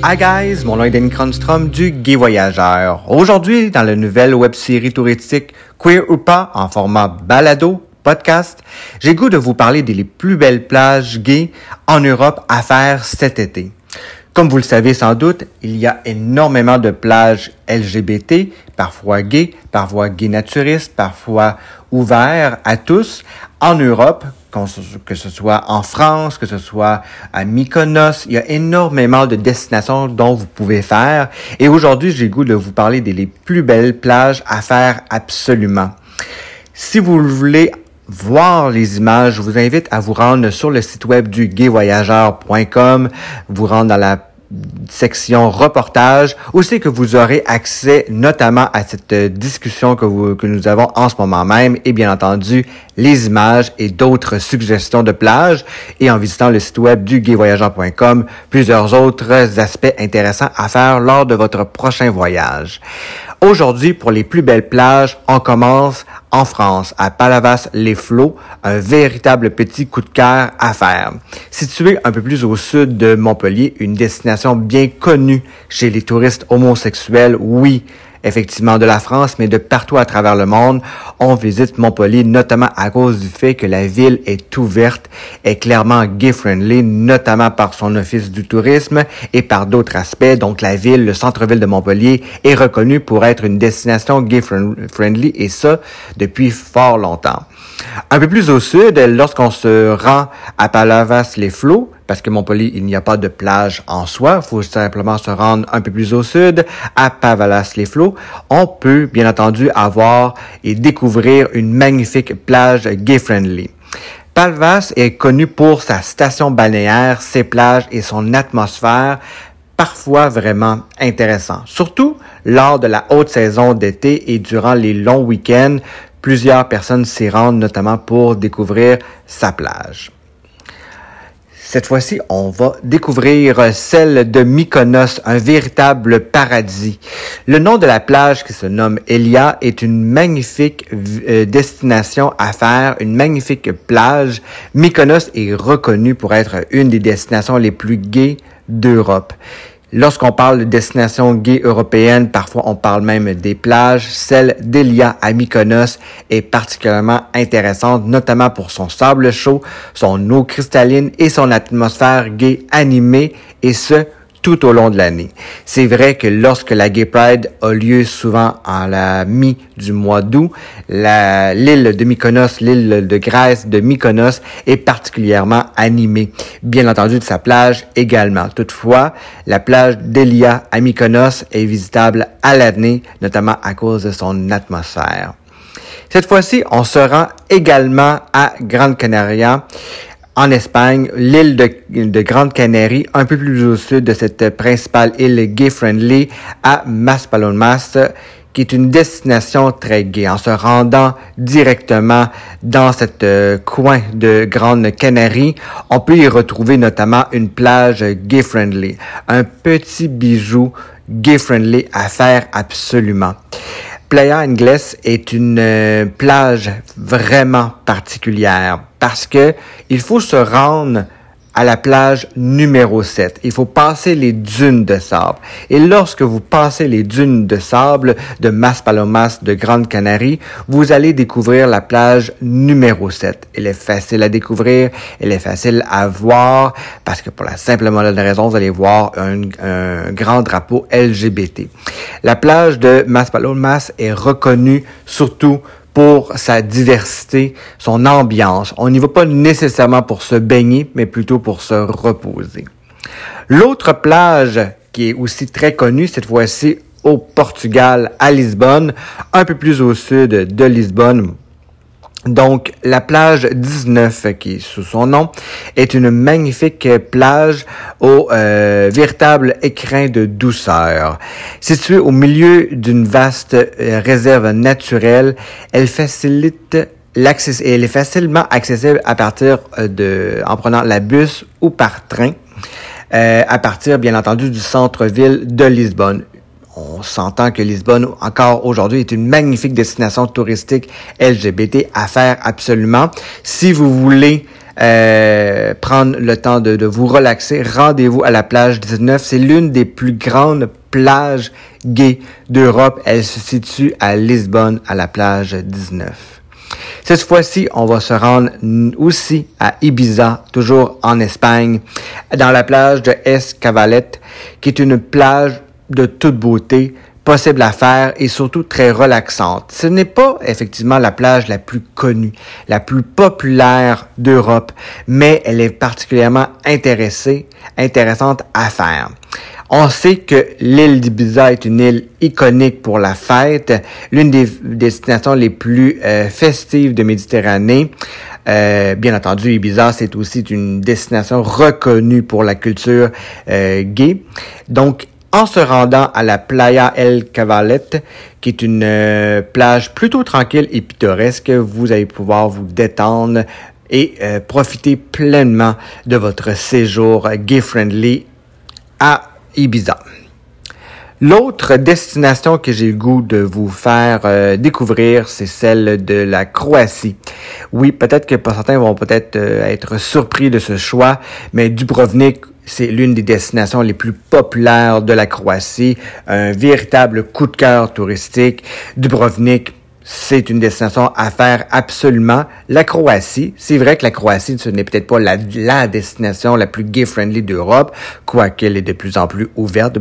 Hi guys, mon nom est Danny Cronstrom du Gay Voyageur. Aujourd'hui, dans la nouvelle web-série touristique Queer ou pas, en format balado, podcast, j'ai le goût de vous parler des plus belles plages gays en Europe à faire cet été. Comme vous le savez sans doute, il y a énormément de plages LGBT, parfois gays naturistes, parfois ouverts à tous, en Europe, que ce soit en France, que ce soit à Mykonos. Il y a énormément de destinations dont vous pouvez faire. Et aujourd'hui, j'ai le goût de vous parler des plus belles plages à faire absolument. Si vous voulez voir les images, je vous invite à vous rendre sur le site web du gayvoyageur.com, vous rendre dans la section reportage, aussi que vous aurez accès notamment à cette discussion que nous avons en ce moment même et bien entendu les images et d'autres suggestions de plages et en visitant le site web du gayvoyageur.com, plusieurs autres aspects intéressants à faire lors de votre prochain voyage. Aujourd'hui, pour les plus belles plages, on commence en France, à Palavas-les-Flots, un véritable petit coup de cœur à faire. Situé un peu plus au sud de Montpellier, une destination bien connue chez les touristes homosexuels, oui, effectivement de la France, mais de partout à travers le monde. On visite Montpellier notamment à cause du fait que la ville est ouverte, est clairement gay-friendly, notamment par son office du tourisme et par d'autres aspects. Donc la ville, le centre-ville de Montpellier est reconnu pour être une destination gay-friendly et ça depuis fort longtemps. Un peu plus au sud, lorsqu'on se rend à Palavas-les-Flots, parce que Montpellier, il n'y a pas de plage en soi, il faut simplement se rendre un peu plus au sud, à Palavas-les-Flots, on peut bien entendu avoir et découvrir une magnifique plage gay-friendly. Palavas est connu pour sa station balnéaire, ses plages et son atmosphère parfois vraiment intéressant. Surtout lors de la haute saison d'été et durant les longs week-ends, plusieurs personnes s'y rendent notamment pour découvrir sa plage. Cette fois-ci, on va découvrir celle de Mykonos, un véritable paradis. Le nom de la plage qui se nomme Elia est une magnifique destination à faire, une magnifique plage. Mykonos est reconnue pour être une des destinations les plus gays d'Europe. Lorsqu'on parle de destination gay européenne, parfois on parle même des plages. Celle d'Elia à Mykonos est particulièrement intéressante, notamment pour son sable chaud, son eau cristalline et son atmosphère gay animée, et ce, tout au long de l'année. C'est vrai que lorsque la Gay Pride a lieu souvent en la mi du mois d'août, l'île de Mykonos, l'île de Grèce de Mykonos est particulièrement animée. Bien entendu de sa plage également. Toutefois, la plage d'Elia à Mykonos est visitable à l'année, notamment à cause de son atmosphère. Cette fois-ci, on se rend également à Grande Canaria, en Espagne, l'île de Grande Canarie, un peu plus au sud de cette principale île gay-friendly, à Maspalomas, qui est une destination très gay. En se rendant directement dans cette coin de Grande Canarie, on peut y retrouver notamment une plage gay-friendly, un petit bijou gay-friendly à faire absolument. Playa Ingles est une plage vraiment particulière parce que il faut se rendre à la plage numéro 7. Il faut passer les dunes de sable. Et lorsque vous passez les dunes de sable de Maspalomas de Grande Canarie, vous allez découvrir la plage numéro 7. Elle est facile à découvrir, elle est facile à voir, parce que pour la simple et bonne raison, vous allez voir un grand drapeau LGBT. La plage de Maspalomas est reconnue surtout pour sa diversité, son ambiance. On n'y va pas nécessairement pour se baigner, mais plutôt pour se reposer. L'autre plage qui est aussi très connue, cette fois-ci au Portugal, à Lisbonne, un peu plus au sud de Lisbonne. Donc, la plage 19, qui est sous son nom, est une magnifique plage au véritable écrin de douceur. Située au milieu d'une vaste réserve naturelle, elle facilite l'accès et elle est facilement accessible à partir en prenant la bus ou par train, à partir, bien entendu, du centre-ville de Lisbonne. On s'entend que Lisbonne, encore aujourd'hui, est une magnifique destination touristique LGBT à faire absolument. Si vous voulez prendre le temps de vous relaxer, rendez-vous à la plage 19. C'est l'une des plus grandes plages gays d'Europe. Elle se situe à Lisbonne, à la plage 19. Cette fois-ci, on va se rendre aussi à Ibiza, toujours en Espagne, dans la plage de Es Cavalet, qui est une plage de toute beauté, possible à faire et surtout très relaxante. Ce n'est pas effectivement la plage la plus connue, la plus populaire d'Europe, mais elle est particulièrement intéressante à faire. On sait que l'île d'Ibiza est une île iconique pour la fête, l'une des destinations les plus festives de Méditerranée. Bien entendu, Ibiza, c'est aussi une destination reconnue pour la culture gay. Donc, en se rendant à la Playa El Cavalet, qui est une plage plutôt tranquille et pittoresque, vous allez pouvoir vous détendre et profiter pleinement de votre séjour gay-friendly à Ibiza. L'autre destination que j'ai le goût de vous faire découvrir, c'est celle de la Croatie. Oui, peut-être que certains vont peut-être être surpris de ce choix, mais Dubrovnik, c'est l'une des destinations les plus populaires de la Croatie, un véritable coup de cœur touristique. Dubrovnik, c'est une destination à faire absolument. La Croatie, c'est vrai que la Croatie, ce n'est peut-être pas la destination la plus gay-friendly d'Europe, quoiqu'elle est de plus en plus ouverte,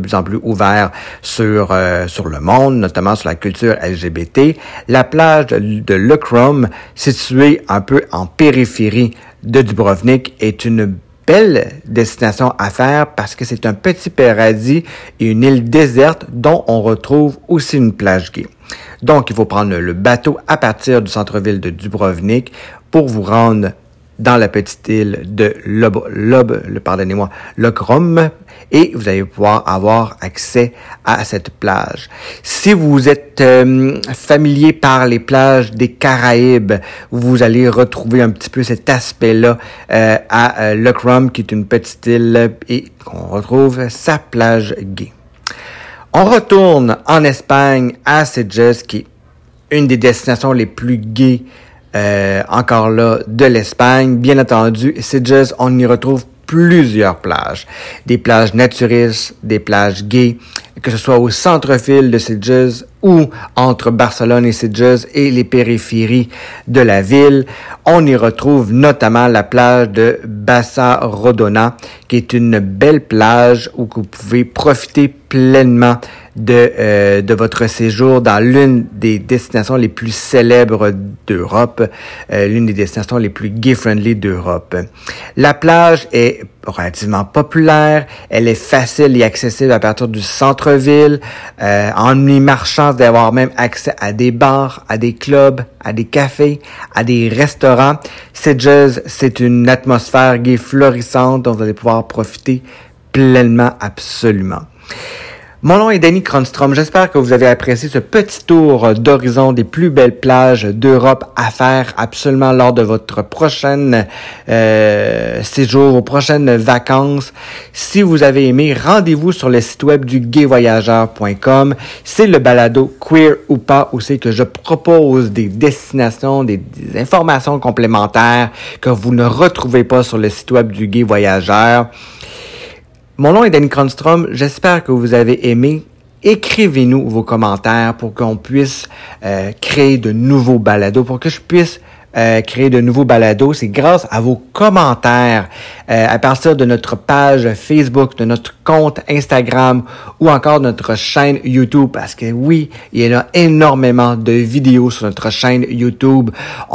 sur le monde, notamment sur la culture LGBT. La plage de Lokrum, située un peu en périphérie de Dubrovnik, est une belle destination à faire parce que c'est un petit paradis et une île déserte dont on retrouve aussi une plage gay. Donc, il faut prendre le bateau à partir du centre-ville de Dubrovnik pour vous rendre dans la petite île de Lokrum et vous allez pouvoir avoir accès à cette plage. Si vous êtes familier par les plages des Caraïbes, vous allez retrouver un petit peu cet aspect-là à Lokrum, qui est une petite île et qu'on retrouve sa plage gay. On retourne en Espagne à Sitges, qui est une des destinations les plus gays encore là de l'Espagne. Bien entendu, Sitges, on y retrouve plusieurs plages. Des plages naturistes, des plages gays, que ce soit au centre-ville de Sitges ou entre Barcelone et Sitges et les périphéries de la ville. On y retrouve notamment la plage de Bassa Rodona, qui est une belle plage où vous pouvez profiter pleinement de votre séjour dans l'une des destinations les plus célèbres d'Europe, l'une des destinations les plus gay-friendly d'Europe. La plage est relativement populaire, elle est facile et accessible à partir du centre-ville, en y marchant, vous allez avoir même accès à des bars, à des clubs, à des cafés, à des restaurants. Sitges, c'est une atmosphère gay florissante dont vous allez pouvoir profiter pleinement, absolument. Mon nom est Danny Cronstrom. J'espère que vous avez apprécié ce petit tour d'horizon des plus belles plages d'Europe à faire absolument lors de votre prochaine séjour, vos prochaines vacances. Si vous avez aimé, rendez-vous sur le site web du gayvoyageur.com. C'est le balado Queer ou pas où c'est que je propose des destinations, des informations complémentaires que vous ne retrouvez pas sur le site web du Gay Voyageur. Mon nom est Danny Cronstrom. J'espère que vous avez aimé. Écrivez-nous vos commentaires pour qu'on puisse créer de nouveaux balados, pour que je puisse créer de nouveaux balados. C'est grâce à vos commentaires à partir de notre page Facebook, de notre compte Instagram ou encore notre chaîne YouTube. Parce que oui, il y a énormément de vidéos sur notre chaîne YouTube.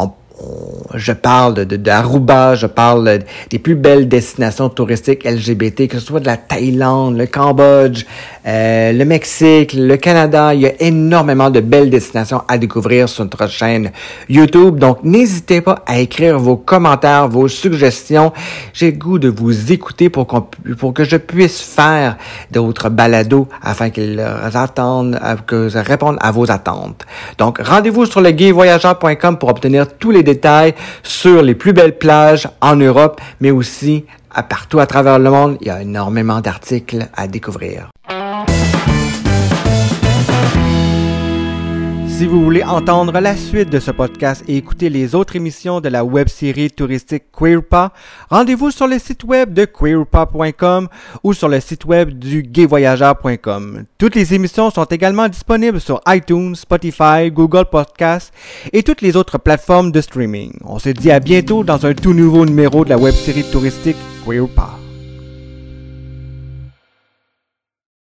Je parle d'Aruba, je parle des plus belles destinations touristiques LGBT, que ce soit de la Thaïlande, le Cambodge, le Mexique, le Canada. Il y a énormément de belles destinations à découvrir sur notre chaîne YouTube. Donc, n'hésitez pas à écrire vos commentaires, vos suggestions. J'ai le goût de vous écouter pour que je puisse faire d'autres balados afin qu'ils que ça réponde à vos attentes. Donc, rendez-vous sur le gayvoyageur.com pour obtenir tous les détails sur les plus belles plages en Europe, mais aussi partout à travers le monde. Il y a énormément d'articles à découvrir. Si vous voulez entendre la suite de ce podcast et écouter les autres émissions de la web-série touristique Queerpa, rendez-vous sur le site web de queerpa.com ou sur le site web du gayvoyageur.com. Toutes les émissions sont également disponibles sur iTunes, Spotify, Google Podcasts et toutes les autres plateformes de streaming. On se dit à bientôt dans un tout nouveau numéro de la web-série touristique Queerpa.